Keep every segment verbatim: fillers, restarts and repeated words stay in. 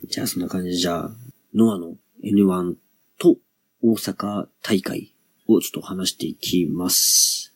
じゃあそんな感じで、じゃあ、ノアの エヌワン と大阪大会をちょっと話していきます。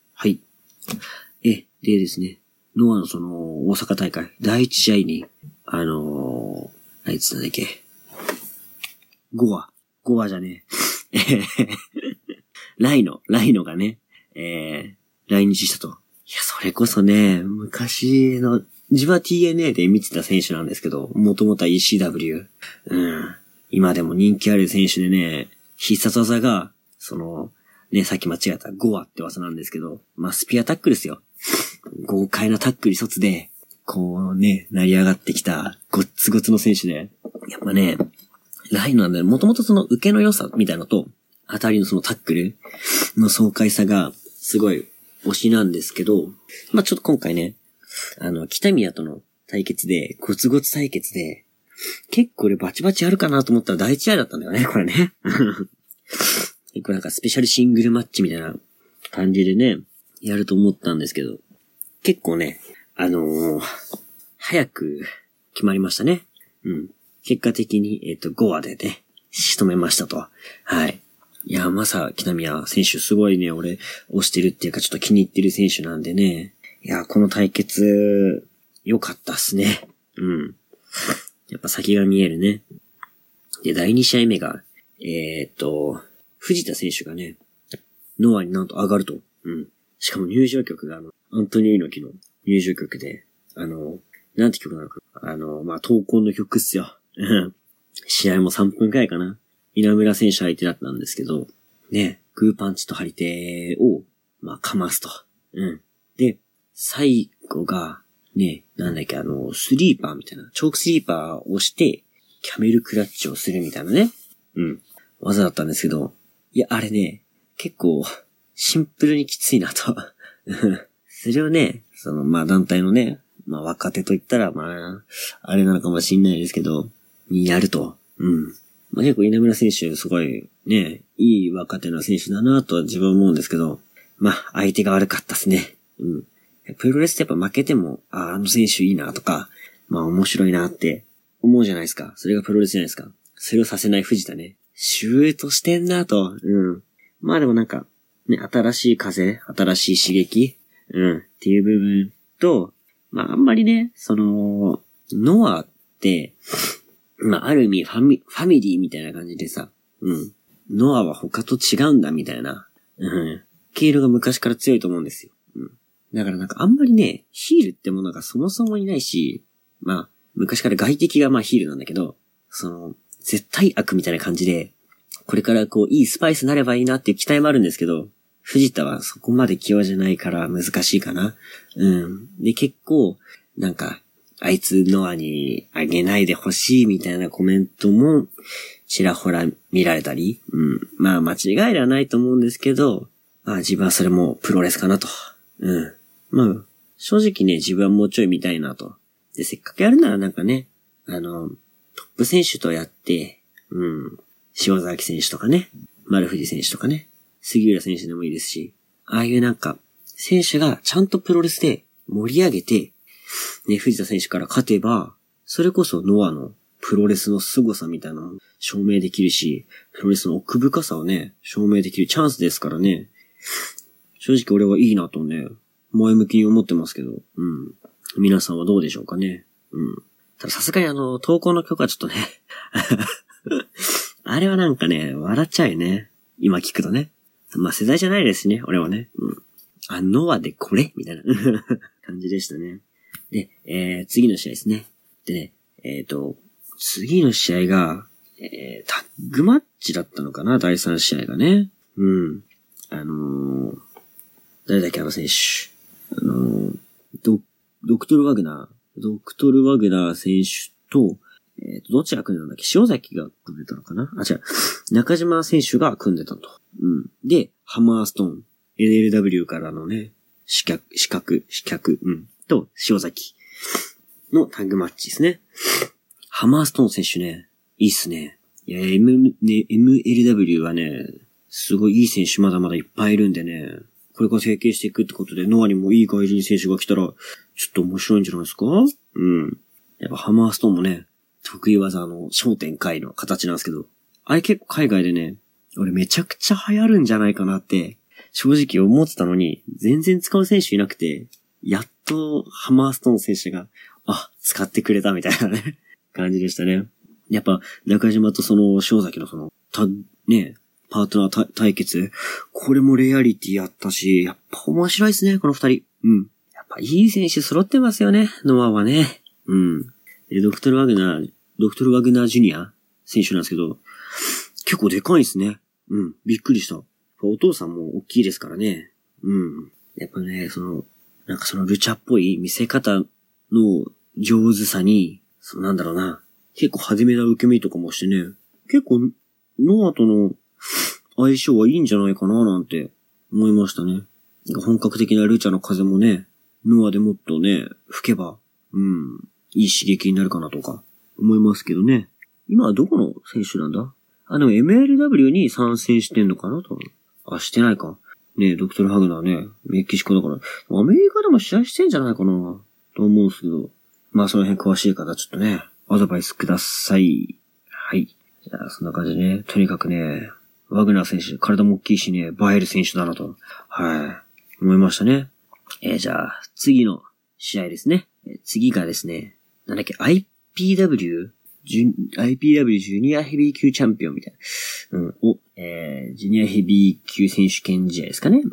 はい。え、でですね、ノアのその大阪大会、だいいち試合に、あのー、あいつなんだっけ、ゴア、ゴアじゃねえ、ライノ、ライノがね、えー、来日したと。いや、それこそね、昔の、自分は ティーエヌエー で見てた選手なんですけど、もともとは イーシーダブリュー。うん。今でも人気ある選手でね、必殺技が、その、ね、さっき間違えたゴアって技なんですけど、まあ、スピアタックルですよ。豪快なタックル一つで、こうね、成り上がってきた、ごっつごつの選手で、やっぱね、ラインなんだよ。もともとその受けの良さみたいなのと、当たりのそのタックルの爽快さが、すごい推しなんですけど、まあ、ちょっと今回ね、あの、北宮との対決で、ゴツゴツ対決で、結構俺バチバチあるかなと思ったら第一試合だったんだよね、これね。結構なんかスペシャルシングルマッチみたいな感じでね、やると思ったんですけど、結構ね、あのー、早く決まりましたね。うん。結果的に、えっと、ごわでね、仕留めましたと。はい。いや、まさ、北宮選手すごいね、俺、推してるっていうかちょっと気に入ってる選手なんでね。いや、この対決、良かったっすね。うん。やっぱ先が見えるね。で、だいに試合目が、えー、っと、藤田選手がね、ノアになんと上がると。うん。しかも入場曲があの、アントニオ猪木の入場曲で、あの、なんて曲なのかな。あの、まあ、闘魂の曲っすよ。試合もさんぷんくらいかな。稲村選手相手だったんですけど、ね、グーパンチと張り手を、まあ、かますと。うん。で、最後が、ね、なんだっけ、あの、スリーパーみたいな、チョークスリーパーを押して、キャメルクラッチをするみたいなね。うん。技だったんですけど、いや、あれね、結構、シンプルにきついなと。それをね、その、まあ、団体のね、まあ、若手と言ったら、まあ、あれなのかもしんないですけど、にやると。うん。まあ、結構稲村選手、すごい、ね、いい若手の選手だなとは自分は思うんですけど、まあ、相手が悪かったっすね。うん。プロレスってやっぱ負けても、あ、あの選手いいなとか、まあ面白いなって思うじゃないですか。それがプロレスじゃないですか。それをさせない藤田ね。シュートしてんなと。うん。まあでもなんか、ね、新しい風、新しい刺激、うん、っていう部分と、まああんまりね、その、ノアって、まあある意味ファミ、ファミリーみたいな感じでさ、うん。ノアは他と違うんだみたいな、うん。毛色が昔から強いと思うんですよ。うん。だからなんかあんまりね、ヒールってものがそもそもいないし、まあ、昔から外敵がまあヒールなんだけど、その、絶対悪みたいな感じで、これからこう、いいスパイスになればいいなっていう期待もあるんですけど、藤田はそこまで器用じゃないから難しいかな。うん。で、結構、なんか、あいつノアにあげないでほしいみたいなコメントも、ちらほら見られたり、うん。まあ間違いではないと思うんですけど、まあ自分はそれもプロレスかなと。うん。まあ、正直ね、自分はもうちょい見たいなと。で、せっかくやるならなんかね、あの、トップ選手とやって、うん。塩崎選手とかね、丸藤選手とかね、杉浦選手でもいいですし、ああいうなんか、選手がちゃんとプロレスで盛り上げて、ね、藤田選手から勝てば、それこそノアのプロレスの凄さみたいなのを証明できるし、プロレスの奥深さをね、証明できるチャンスですからね。正直俺はいいなとね、前向きに思ってますけど、うん。皆さんはどうでしょうかね。うん。たださすがにあの、投稿の曲はちょっとね、あれはなんかね、笑っちゃうよね。今聞くとね。まあ世代じゃないですしね、俺はね。うん。あ、ノアでこれみたいな感じでしたね。で、えー、次の試合ですね。でね、えっと、次の試合が、えー、タッグマッチだったのかな、だいさん試合がね。うん。あのー、誰だっけあの選手。あのー、ド、ドクトル・ワグナー。ドクトル・ワグナー選手と、えっと、どっちが組んでたんだっけ塩崎が組んでたのかなあ、違う。中島選手が組んでたと。うん。で、ハマーストーン。エヌエルダブリュー からのね、資格、資格、資格、うん。と、塩崎のタッグマッチですね。ハマーストーン選手ね、いいっすね。いや、M、ね、エムエルダブリュー はね、すごいいい選手まだまだいっぱいいるんでね、これから成形していくってことで、ノアにもいい外人選手が来たら、ちょっと面白いんじゃないですか？うん。やっぱハマーストーンもね、 得意技の焦点回の形なんですけど、あれ結構海外でね、俺めちゃくちゃ流行るんじゃないかなって、正直思ってたのに、全然使う選手いなくて、やっとハマーストーン選手が、あ、使ってくれたみたいなね、感じでしたね。やっぱ、中島とその、塩崎のその、た、ね、パートナー対決、これもレアリティやったし、やっぱ面白いですね、この二人。うん。やっぱいい選手揃ってますよね、ノアはね。うん。で、ドクトル・ワグナー、ドクトル・ワグナー・ジュニア選手なんですけど、結構でかいですね。うん。びっくりした。お父さんも大きいですからね。うん。やっぱね、その、なんかそのルチャっぽい見せ方の上手さに、そのなんだろうな。結構派手めな受け身とかもしてね。結構、ノアとの相性はいいんじゃないかななんて思いましたね。本格的なルチャの風もね、ノアでもっとね、吹けば、うん、いい刺激になるかなとか思いますけどね。今はどこの選手なんだ？あ、でも エムエルダブリュー に参戦してんのかなと。あ、してないか。ねえ、ドクトル・ハグナーね、メキシコだから、アメリカでも試合してんじゃないかなと思うんですけど。まあその辺詳しい方ちょっとね、アドバイスください。はい。じゃあそんな感じでね、とにかくね、ワグナー選手、体も大きいしね、映える選手だなと、はい、思いましたね。えー、じゃあ、次の試合ですね。えー、次がですね、なんだっけ、アイピーダブリュー? ジュ アイピーダブリュー ジュニアヘビー級チャンピオンみたいな。うん、お、えー、ジュニアヘビー級選手権試合ですかね。うん。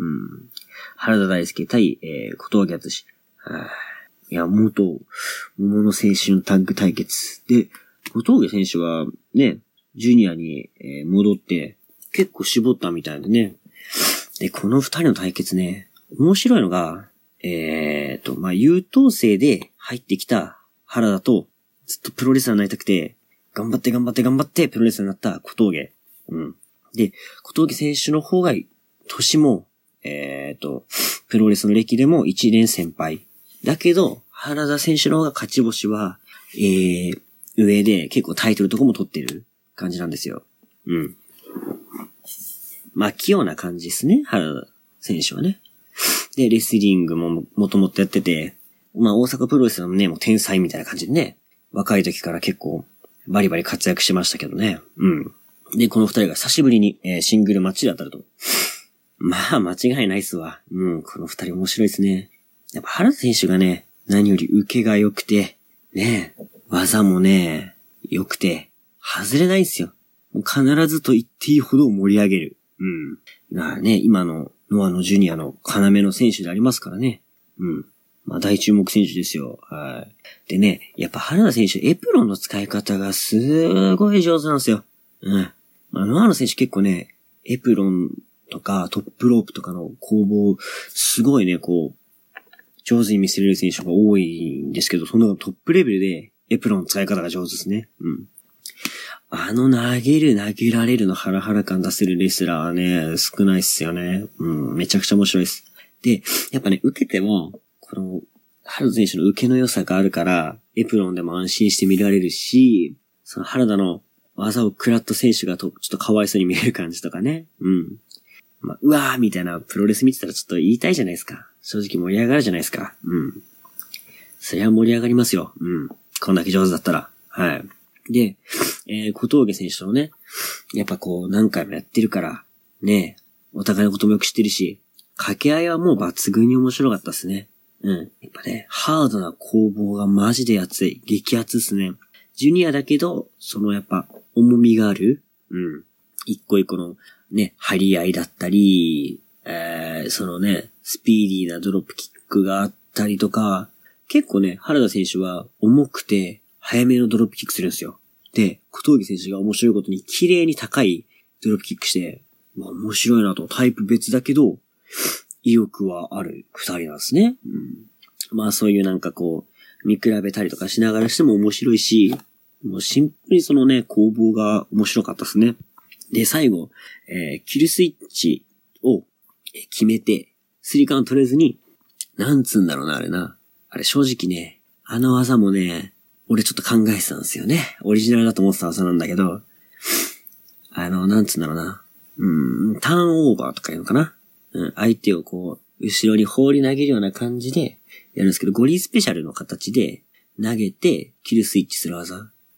原田大輔対、えー、小峠敦。はい。いや、元、桃の青春タッグ対決。で、小峠選手は、ね、ジュニアに、えー、戻って、結構絞ったみたいでね。で、この二人の対決ね、面白いのが、えーと、まあ、優等生で入ってきた原田と、ずっとプロレスラーになりたくて、頑張って頑張って頑張ってプロレスラーになった小峠。うん。で、小峠選手の方が、年も、えーと、プロレスの歴でも一年先輩。だけど、原田選手の方が勝ち星は、えー、上で結構タイトルとかも取ってる感じなんですよ。うん。まあ、器用な感じですね、原田選手はね。で、レスリングももともとやってて、まあ、大阪プロレスのね、もう天才みたいな感じでね、若い時から結構バリバリ活躍してましたけどね。うん。で、この二人が久しぶりに、えー、シングルマッチで当たると。まあ、間違いないっすわ。うん、この二人面白いですね。やっぱ原田選手がね、何より受けが良くて、ね、技もね、良くて、外れないんすよ。もう必ずと言っていいほど盛り上げる。うん。だからね、今のノアのジュニアの要の選手でありますからね。うん。まあ大注目選手ですよ。はい。でね、やっぱ原田選手、エプロンの使い方がすごい上手なんですよ。うん。まあノアの選手結構ね、エプロンとかトップロープとかの攻防、すごいね、こう、上手に見せれる選手が多いんですけど、そのトップレベルでエプロンの使い方が上手ですね。うん。あの投げる投げられるのハラハラ感出せるレスラーはね、少ないっすよね。うん、めちゃくちゃ面白いです。で、やっぱね、受けても、この、原田選手の受けの良さがあるから、エプロンでも安心して見られるし、その原田の技を食らった選手がとちょっとかわいそうに見える感じとかね。うん。まあ、うわーみたいなプロレス見てたらちょっと言いたいじゃないですか。正直盛り上がるじゃないですか。うん。そりゃ盛り上がりますよ。うん。こんだけ上手だったら。はい。で、えー、小峠選手とね、やっぱこう何回もやってるから、ね、お互いのこともよく知ってるし、掛け合いはもう抜群に面白かったっすね。うん。やっぱね、ハードな攻防がマジで熱い。激熱っすね。ジュニアだけど、そのやっぱ重みがある。うん。一個一個のね、張り合いだったり、えー、そのね、スピーディーなドロップキックがあったりとか、結構ね、原田選手は重くて早めのドロップキックするんですよ。で、小峠選手が面白いことに綺麗に高いドロップキックして、まあ、面白いなと、タイプ別だけど、意欲はある二人なんですね。うん、まあそういうなんかこう、見比べたりとかしながらしても面白いし、もうシンプルにそのね、攻防が面白かったですね。で、最後、えー、キルスイッチを決めて、スリーカウント取れずに、なんつうんだろうな、あれな。あれ正直ね、あの技もね、俺ちょっと考えてたんですよね。オリジナルだと思ってた技なんだけど、あの、なんつうんだろうな。うん、ターンオーバーとか言うのかな。うん、相手をこう、後ろに放り投げるような感じでやるんですけど、ゴリスペシャルの形で投げて、キルスイッチする技。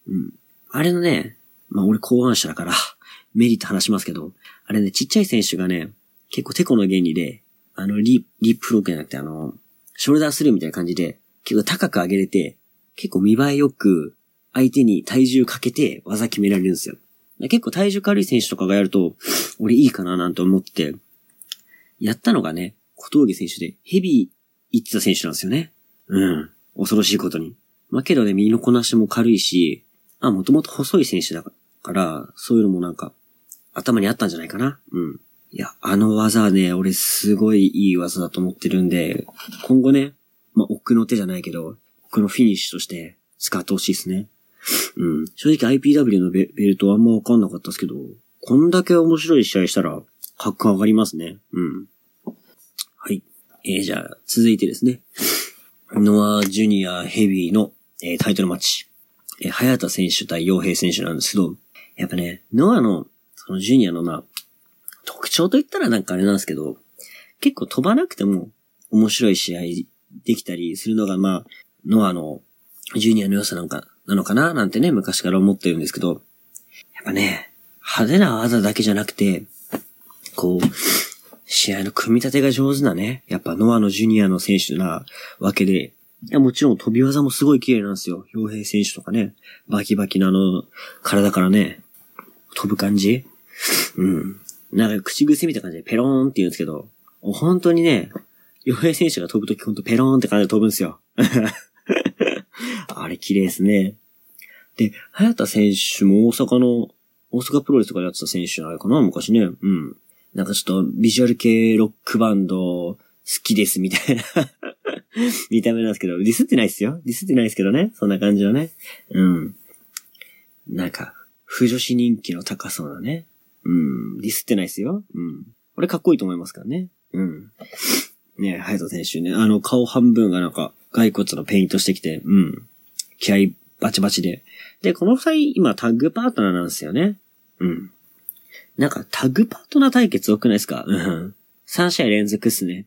うん。あれのね、まあ俺考案者だから、メリット話しますけど、あれね、ちっちゃい選手がね、結構テコの原理で、あの、リ、リップフロークじゃなくて、あの、ショルダースルーみたいな感じで、結構高く上げれて、結構見栄えよく、相手に体重かけて技決められるんですよ。結構体重軽い選手とかがやると、俺いいかななんて思って、やったのがね、小峠選手で、ヘビー行ってた選手なんですよね。うん。恐ろしいことに。まあ、けどね、身のこなしも軽いし、あ、もともと細い選手だから、そういうのもなんか、頭にあったんじゃないかな。うん。いや、あの技はね、俺すごいいい技だと思ってるんで、今後ね、まあ、奥の手じゃないけど、奥のフィニッシュとして使ってほしいですね。うん。正直 アイピーダブリュー のベ、ベルトはあんまわかんなかったですけど、こんだけ面白い試合したら、格上がりますね。うん。はい。えー、じゃあ、続いてですね。ノア・ジュニア・ヘビーの、えー、タイトルマッチ。えー、早田選手対陽平選手なんですけど、やっぱね、ノアの、そのジュニアのな、特徴といったらなんかあれなんですけど、結構飛ばなくても面白い試合できたりするのが、まあ、ノアのジュニアの良さなんか、なのかななんてね、昔から思ってるんですけど、やっぱね、派手な技だけじゃなくて、こう、試合の組み立てが上手なね、やっぱノアのジュニアの選手なわけで、いやもちろん飛び技もすごい綺麗なんですよ。陽平選手とかね、バキバキなあの、体からね、飛ぶ感じうん。なんか口癖みたいな感じでペローンって言うんですけど、本当にね、陽平選手が飛ぶときほんとペローンって感じで飛ぶんですよ。あれ綺麗ですね。で、早田選手も大阪の、大阪プロレスとかやってた選手じゃないかな昔ね。うん。なんかちょっとビジュアル系ロックバンド好きですみたいな見た目なんですけど、ディスってないっすよ。ディスってないですけどね。そんな感じのね。うん。なんか、不女子人気の高そうなね。うん。ディスってないっすよ。うん。これかっこいいと思いますからね。うん。ねえ、早田選手ね。あの、顔半分がなんか、骸骨のペイントしてきて、うん。気合バチバチで。で、この二人、今タッグパートナーなんですよね。うん。なんか、タッグパートナー対決多くないですか？うん。さん試合連続っすね。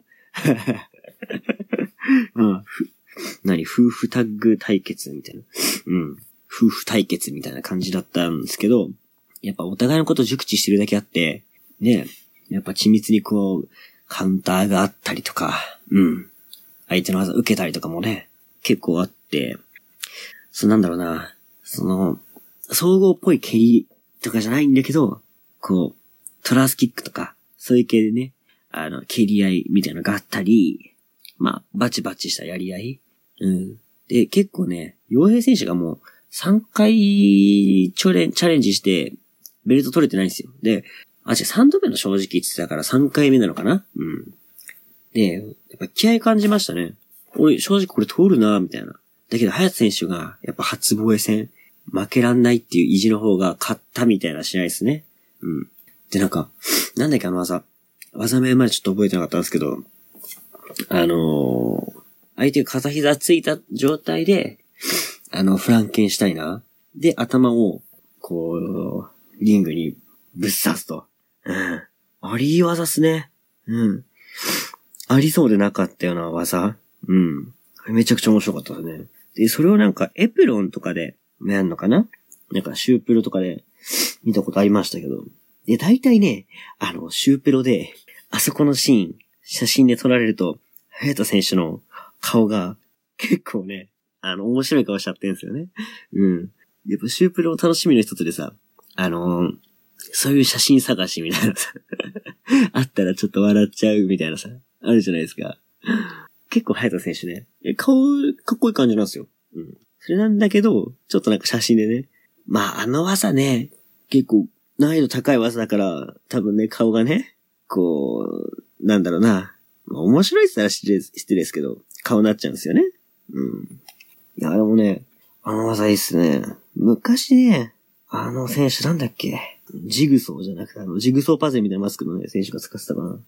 うん。何夫婦タッグ対決みたいな。うん。夫婦対決みたいな感じだったんですけど、やっぱお互いのこと熟知してるだけあって、ね、やっぱ緻密にこう、カウンターがあったりとか、うん。相手の技受けたりとかもね、結構あって、そうなんだろうな、その、総合っぽい蹴りとかじゃないんだけど、こう、トラースキックとか、そういう系でね、あの、蹴り合いみたいなのがあったり、まあ、バチバチしたやり合い。うん。で、結構ね、陽平選手がもうさんかいチャレン、チャレンジして、ベルト取れてないんですよ。で、あ、違う、さんどめの正直言ってたからさんかいめなのかな？うん。で、やっぱ気合感じましたね。俺、正直これ通るなみたいな。だけど、早田選手が、やっぱ初防衛戦、負けらんないっていう意地の方が勝ったみたいな試合ですね。うん。で、なんか、なんだっけあの技。技名までちょっと覚えてなかったんですけど、あのー、相手が片膝ついた状態で、あの、フランケンシュタイナーで、頭を、こう、リングにぶっ刺すと。うん。ありいい技っすね。うん。ありそうでなかったような技。うん。めちゃくちゃ面白かったですね。で、それをなんかエプロンとかでやんのかな？なんかシュープロとかで見たことありましたけど。で、大体ね、あの、シュープロで、あそこのシーン、写真で撮られると、早田選手の顔が結構ね、あの、面白い顔しちゃってるんですよね。うん。やっぱシュープロを楽しみの一つでさ、あのー、そういう写真探しみたいなさ、あったらちょっと笑っちゃうみたいなさ、あるじゃないですか。結構早田選手ね、顔、かっこいい感じなんですよ。うん。それなんだけど、ちょっとなんか写真でね、まああの技ね、結構難易度高い技だから、多分ね、顔がね、こう、なんだろうな、まあ、面白いって言ったら失礼、失礼ですけど、顔になっちゃうんですよね。うん。いや、でもね、あの技いいっすね。昔ね、あの選手なんだっけ？ジグソーじゃなくて、あの、ジグソーパズルみたいなマスクのね、選手が使ってたかな。うん。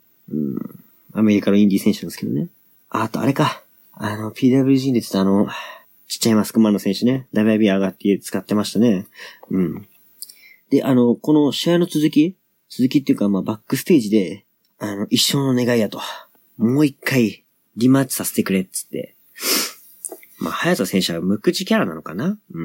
アメリカのインディー選手なんですけどね。あと、あれか。あの、ピーダブリュージー で言ってたあの、ちっちゃいマスクマンの選手ね。ダブリュービー 上がって使ってましたね。うん。で、あの、この試合の続き続きっていうか、まあ、バックステージで、あの、一生の願いやと。もう一回、リマッチさせてくれっつって。まあ、早田選手は無口キャラなのかな？うん。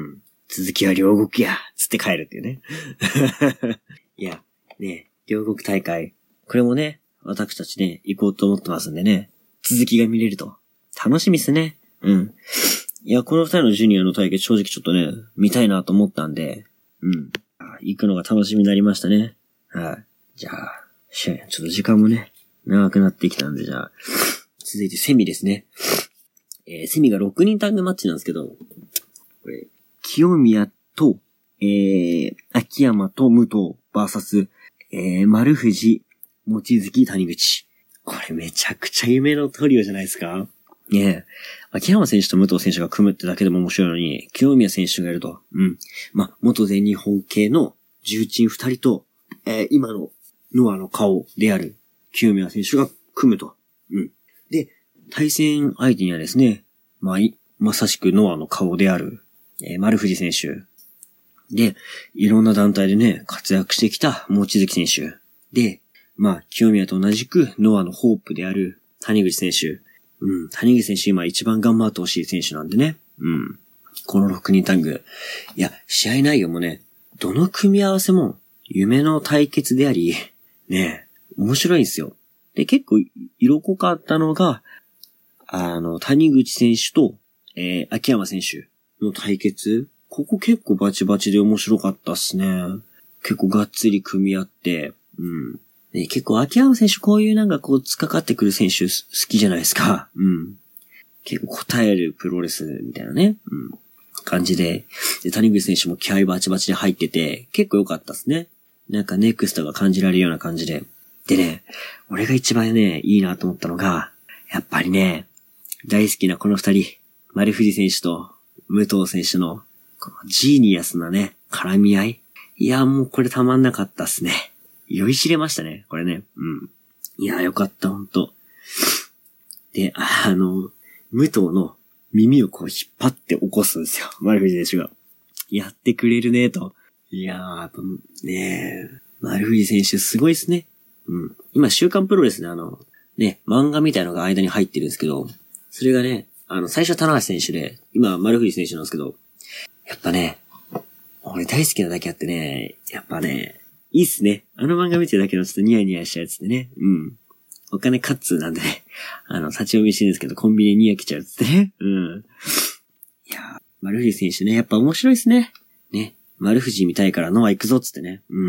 続きは両国やつって帰るっていうね。いや、ね、両国大会。これもね、私たちね、行こうと思ってますんでね。続きが見れると。楽しみっすね。うん。いや、この二人のジュニアの対決正直ちょっとね、見たいなと思ったんで、うん。行くのが楽しみになりましたね。はい。じゃあ、ちょっと時間もね、長くなってきたんで、じゃあ、続いてセミですね。えー、セミがろくにんタッグマッチなんですけど、これ、清宮と、えー、秋山と武藤、バーサス、えー、丸藤、望月、谷口。これめちゃくちゃ夢のトリオじゃないですか？ねえ。秋山選手と武藤選手が組むってだけでも面白いのに、清宮選手がいると。うん。ま、元全日本系の重鎮二人と、えー、今のノアの顔である清宮選手が組むと。うん。で、対戦相手にはですね、まあ、まさしくノアの顔である、えー、丸藤選手。で、いろんな団体でね、活躍してきた望月選手。で、まあ、清宮と同じくノアのホープである谷口選手。うん、谷口選手今一番頑張ってほしい選手なんでね。うん。このろくにんタッグ。いや、試合内容もね、どの組み合わせも夢の対決であり、ね、面白いんですよ。で、結構色濃かったのが、あの、谷口選手と、えー、秋山選手の対決。ここ結構バチバチで面白かったっすね。結構がっつり組み合って、うん。ね、結構秋山選手こういうなんかこう突っかかってくる選手好きじゃないですか。うん。結構答えるプロレスみたいなね。うん。感じで。で、谷口選手も気合バチバチで入ってて、結構良かったっすね。なんかネクストが感じられるような感じで。でね、俺が一番ね、いいなと思ったのが、やっぱりね、大好きなこの二人、丸藤選手と武藤選手の、このジーニアスなね、絡み合い。いや、もうこれたまんなかったっすね。酔いしれましたね、これね。うん。いや、よかった、ほんと。で、あの、武藤の耳をこう引っ張って起こすんですよ。丸藤選手が。やってくれるね、と。いやー、やっぱねえ、丸藤選手すごいっすね。うん。今、週刊プロレスであの、ね、漫画みたいなのが間に入ってるんですけど、それがね、あの、最初は棚橋選手で、今、丸藤選手なんですけど、やっぱね、俺大好きなだけあってね、やっぱね、いいっすね。あの漫画見てるだけのちょっとニヤニヤしちゃうやつでね。うん。お金カッツなんでね。あの、立ち読みしてるんですけど、コンビニにやけちゃうやつってね。うん。いやー、丸藤選手ね、やっぱ面白いっすね。ね。丸藤見たいからノア行くぞっつってね。うん。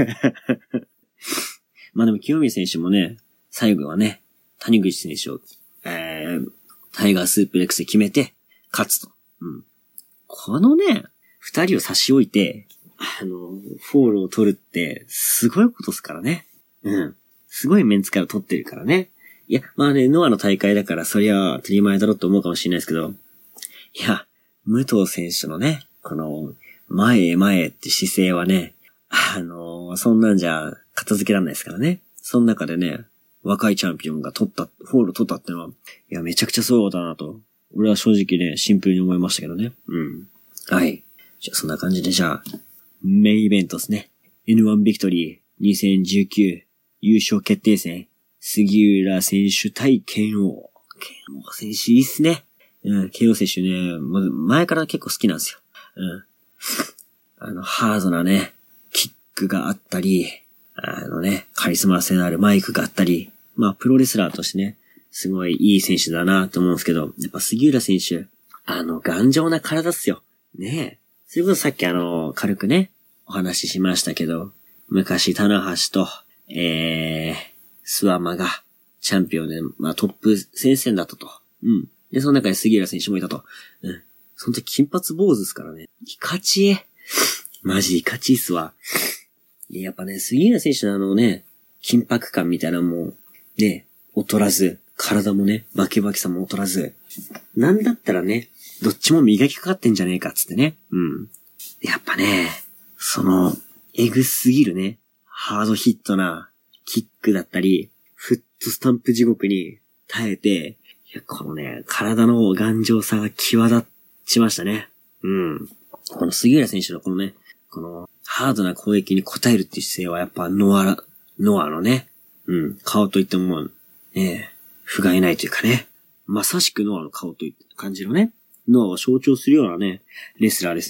まあでも清宮選手もね、最後はね、谷口選手を、えー、タイガースープレックスで決めて、勝つと。うん。このね、二人を差し置いて、あの、フォールを取るって、すごいことっすからね。うん。すごいメンツから取ってるからね。いや、まあね、ノアの大会だから、そりゃ当たり前だろうと思うかもしれないですけど、いや、武藤選手のね、この、前へ前へって姿勢はね、あの、そんなんじゃ片付けられないですからね。その中でね、若いチャンピオンが取った、フォール取ったってのは、いや、めちゃくちゃすごいことだなと。俺は正直ね、シンプルに思いましたけどね。うん。はい。じゃあ、そんな感じで、じゃあ、メインイベントですね。エヌワン ビクトリーにせんじゅうきゅう優勝決定戦。杉浦選手対剣王。剣王選手いいっすね。うん、剣王選手ね、前から結構好きなんですよ。うん。あの、ハードなね、キックがあったり、あのね、カリスマ性のあるマイクがあったり、まあ、プロレスラーとしてね、すごいいい選手だなと思うんですけど、やっぱ杉浦選手、あの、頑丈な体っすよ。ねえ。それこそさっきあの、軽くね、お話ししましたけど、昔、棚橋と、えー、スワマが、チャンピオンで、まあトップ戦線だったと。うん。で、その中に杉浦選手もいたと。うん。その時金髪坊主ですからね。イカチエ。マジイカチいっすわ。で、やっぱね、杉浦選手のあのね、緊迫感みたいなのも、ね、劣らず、体もね、バキバキさも劣らず、なんだったらね、どっちも磨きかかってんじゃねえかっつってね。うん。やっぱね、その、エグすぎるね、ハードヒットなキックだったり、フットスタンプ地獄に耐えて、いや、このね、体の頑丈さが際立ちましたね。うん。この杉浦選手のこのね、このハードな攻撃に応えるっていう姿勢はやっぱノア、ノアのね、うん、顔といってももう、ね、不甲斐ないというかね、まさしくノアの顔という感じのね、ノアを象徴するようなね、レスラーですね。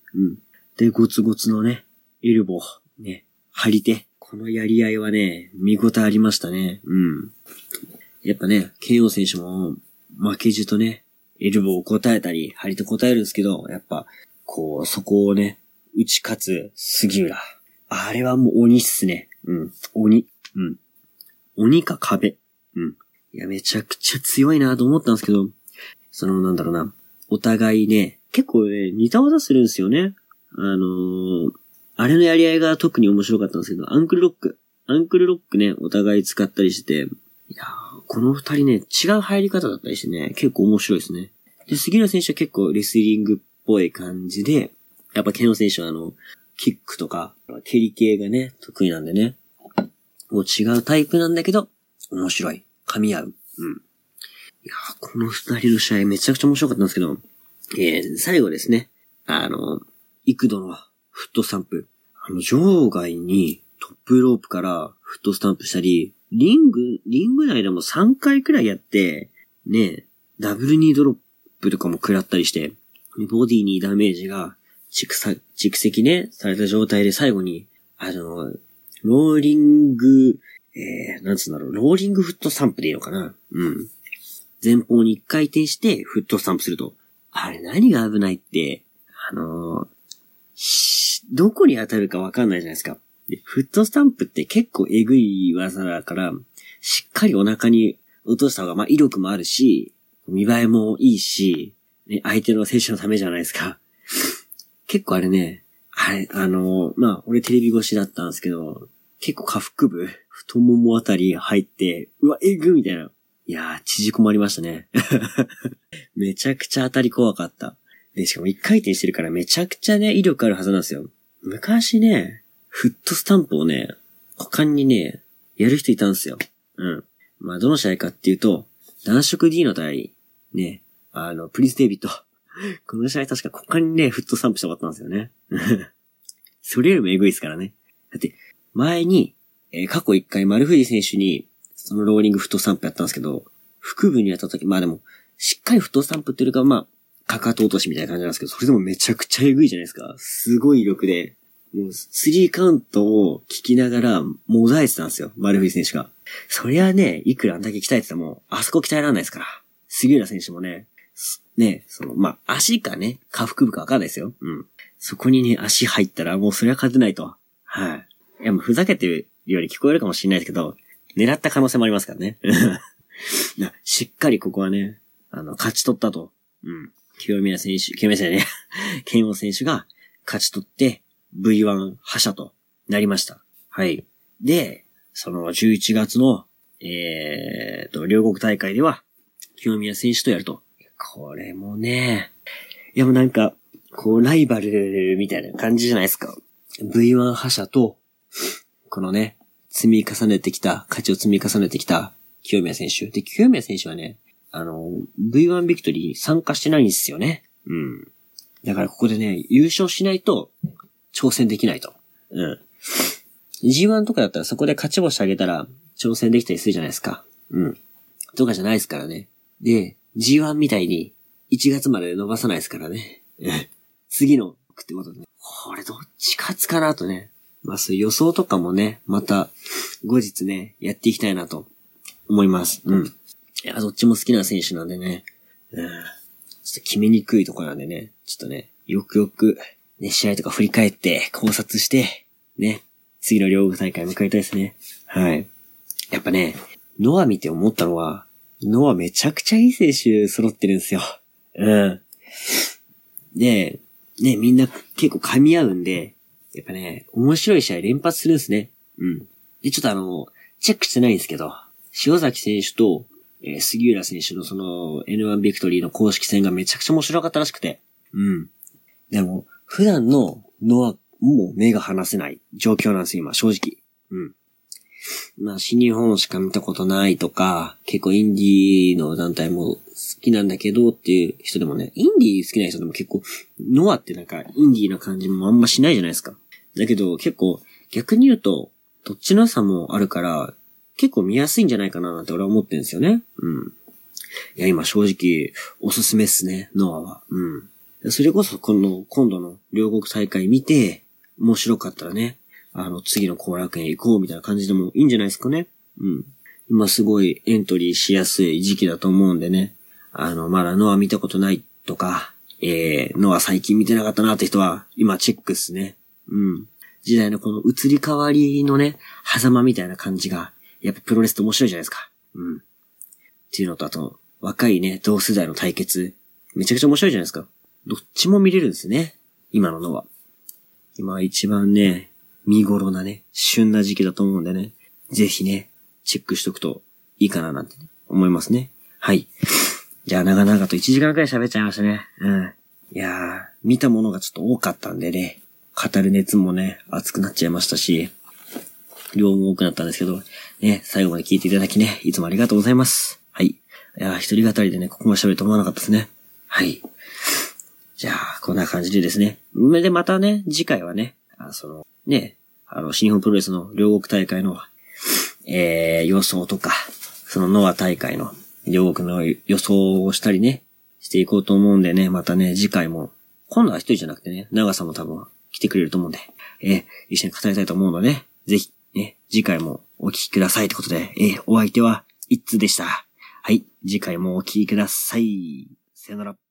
うん。で、ゴツゴツのね、エルボー、ね、張り手。このやり合いはね、見応えありましたね。うん。やっぱね、ケンオ選手も、負けじとね、エルボーを答えたり、張り手答えるんですけど、やっぱ、こう、そこをね、打ち勝つ杉浦。あれはもう鬼っすね。うん。鬼。うん。鬼か壁。うん。いや、めちゃくちゃ強いなと思ったんですけど、その、なんだろうな。お互いね、結構ね、似た技するんですよね。あのー、あれのやり合いが特に面白かったんですけど、アンクルロック。アンクルロックね、お互い使ったりしてて、いやー、この二人ね、違う入り方だったりしてね、結構面白いですね。で、杉浦選手は結構レスリングっぽい感じで、やっぱケンオ選手はあの、キックとか、蹴り系がね、得意なんでね。もう違うタイプなんだけど、面白い。噛み合う。うん。いやー、この二人の試合めちゃくちゃ面白かったんですけど、えー、最後ですね、あの、幾度のフットスタンプ。あの、場外にトップロープからフットスタンプしたり、リング、リング内でもさんかいくらいやって、ね、ダブルニードロップとかも食らったりして、ボディにダメージが蓄積、蓄積ね、された状態で最後に、あの、ローリング、えー、なんつうんだろう、ローリングフットスタンプでいいのかな？うん。前方に一回転してフットスタンプすると。あれ何が危ないって、あのー、どこに当たるかわかんないじゃないですか。で、フットスタンプって結構えぐい技だから、しっかりお腹に落とした方が、まあ、威力もあるし、見栄えもいいし、ね、相手の選手のためじゃないですか。結構あれね、あれ、あのー、まあ、俺テレビ越しだったんですけど、結構下腹部、太ももあたり入って、うわ、えぐみたいな。いやー、縮こまりましたね。めちゃくちゃ当たり怖かった。で、しかも一回転してるからめちゃくちゃね、威力あるはずなんですよ。昔ね、フットスタンプをね、他にね、やる人いたんですよ。うん。まあ、どの試合かっていうと、男色 D の対、ね、あの、プリンスデイビッド。この試合確か他にね、フットスタンプして終わったんですよね。それよりもエグいですからね。だって、前に、えー、過去一回丸藤選手に、そのローリングフットスタンプやったんですけど、腹部にやった時、まあでも、しっかりフットスタンプっていうか、まあ、かかと落としみたいな感じなんですけど、それでもめちゃくちゃエグいじゃないですか。すごい威力で、もう、スリーカウントを聞きながら、もだえてたんですよ。丸藤選手が。そりゃね、いくらあんだけ鍛えてても、あそこ鍛えられないですから。杉浦選手もね、ね、その、まあ、足かね、下腹部かわかんないですよ。うん。そこにね、足入ったら、もうそれは勝てないと。はい。いや、もうふざけてるように聞こえるかもしれないですけど、狙った可能性もありますからね。しっかりここはね、あの、勝ち取ったと。うん。清宮選手、清宮選手ね、ケンオ選手が勝ち取って、ブイワン 覇者となりました。はい。で、そのじゅういちがつの、えーと、両国大会では、清宮選手とやると。これもね、いやもうなんか、こう、ライバルみたいな感じじゃないですか。ブイワン 覇者と、このね、積み重ねてきた、勝ちを積み重ねてきた清宮選手。で、清宮選手はね、あの、ブイワン ビクトリーに参加してないんですよね。うん。だからここでね、優勝しないと、挑戦できないと。うん。ジーワン とかだったらそこで勝ち星あげたら、挑戦できたりするじゃないですか。うん。とかじゃないですからね。で、ジーワン みたいに、いちがつまで伸ばさないですからね。次の、ってことでね。これどっち勝つかなとね。まあそういう予想とかもね、また、後日ね、やっていきたいなと思います。うん。いや、どっちも好きな選手なんでね。うん。ちょっと決めにくいところなんでね。ちょっとね、よくよく、ね、試合とか振り返って、考察して、ね、次の両国大会迎えたいですね。はい。やっぱね、ノア見て思ったのは、ノアめちゃくちゃいい選手揃ってるんですよ。うん。で、ね、みんな結構噛み合うんで、やっぱね、面白い試合連発するんですね。うん。で、ちょっとあの、チェックしてないんですけど、塩崎選手と、えー、杉浦選手のその エヌワン ビクトリーの公式戦がめちゃくちゃ面白かったらしくて。うん。でも、普段のノア、もう目が離せない状況なんですよ、今、正直。うん。まあ、新日本しか見たことないとか、結構インディーの団体も好きなんだけどっていう人でもね、インディー好きな人でも結構、ノアってなんかインディーな感じもあんましないじゃないですか。だけど結構、逆に言うと、どっちの良さもあるから、結構見やすいんじゃないかななんて俺は思ってるんですよね。うん。いや、今正直、おすすめっすね、ノアは。うん。 それこそこの今度の両国大会見て、面白かったらね、あの次の後楽園行こうみたいな感じでもいいんじゃないですかね。うん。今すごいエントリーしやすい時期だと思うんでね。あの、まだノア見たことないとか、えー、ノア最近見てなかったなって人は、今チェックっすね。うん。時代のこの移り変わりのね、狭間みたいな感じが、やっぱプロレスって面白いじゃないですか。うん。っていうのと、あと、若いね、同世代の対決。めちゃくちゃ面白いじゃないですか。どっちも見れるんですね。今のノア。今一番ね、見頃なね、旬な時期だと思うんでね。ぜひね、チェックしとくといいかななんて、ね、思いますね。はい。じゃあ長々といちじかんくらい喋っちゃいましたね。うん。いやー、見たものがちょっと多かったんでね、語る熱もね、熱くなっちゃいましたし、量も多くなったんですけど、ね、最後まで聞いていただきね、いつもありがとうございます。はい。いやー、一人語りでね、ここまで喋ると思わなかったですね。はい。じゃあ、こんな感じでですね。で、またね、次回はね、あその、ね、あの、新日本プロレスの両国大会の、えー、予想とか、そのノア大会の両国の予想をしたりね、していこうと思うんでね、またね、次回も、今度は一人じゃなくてね、長さんも多分来てくれると思うんで、えー、一緒に語りたいと思うので、ね、ぜひ、ね、次回もお聞きくださいってことで、えー、お相手は、一通でした。はい、次回もお聞きください。さよなら。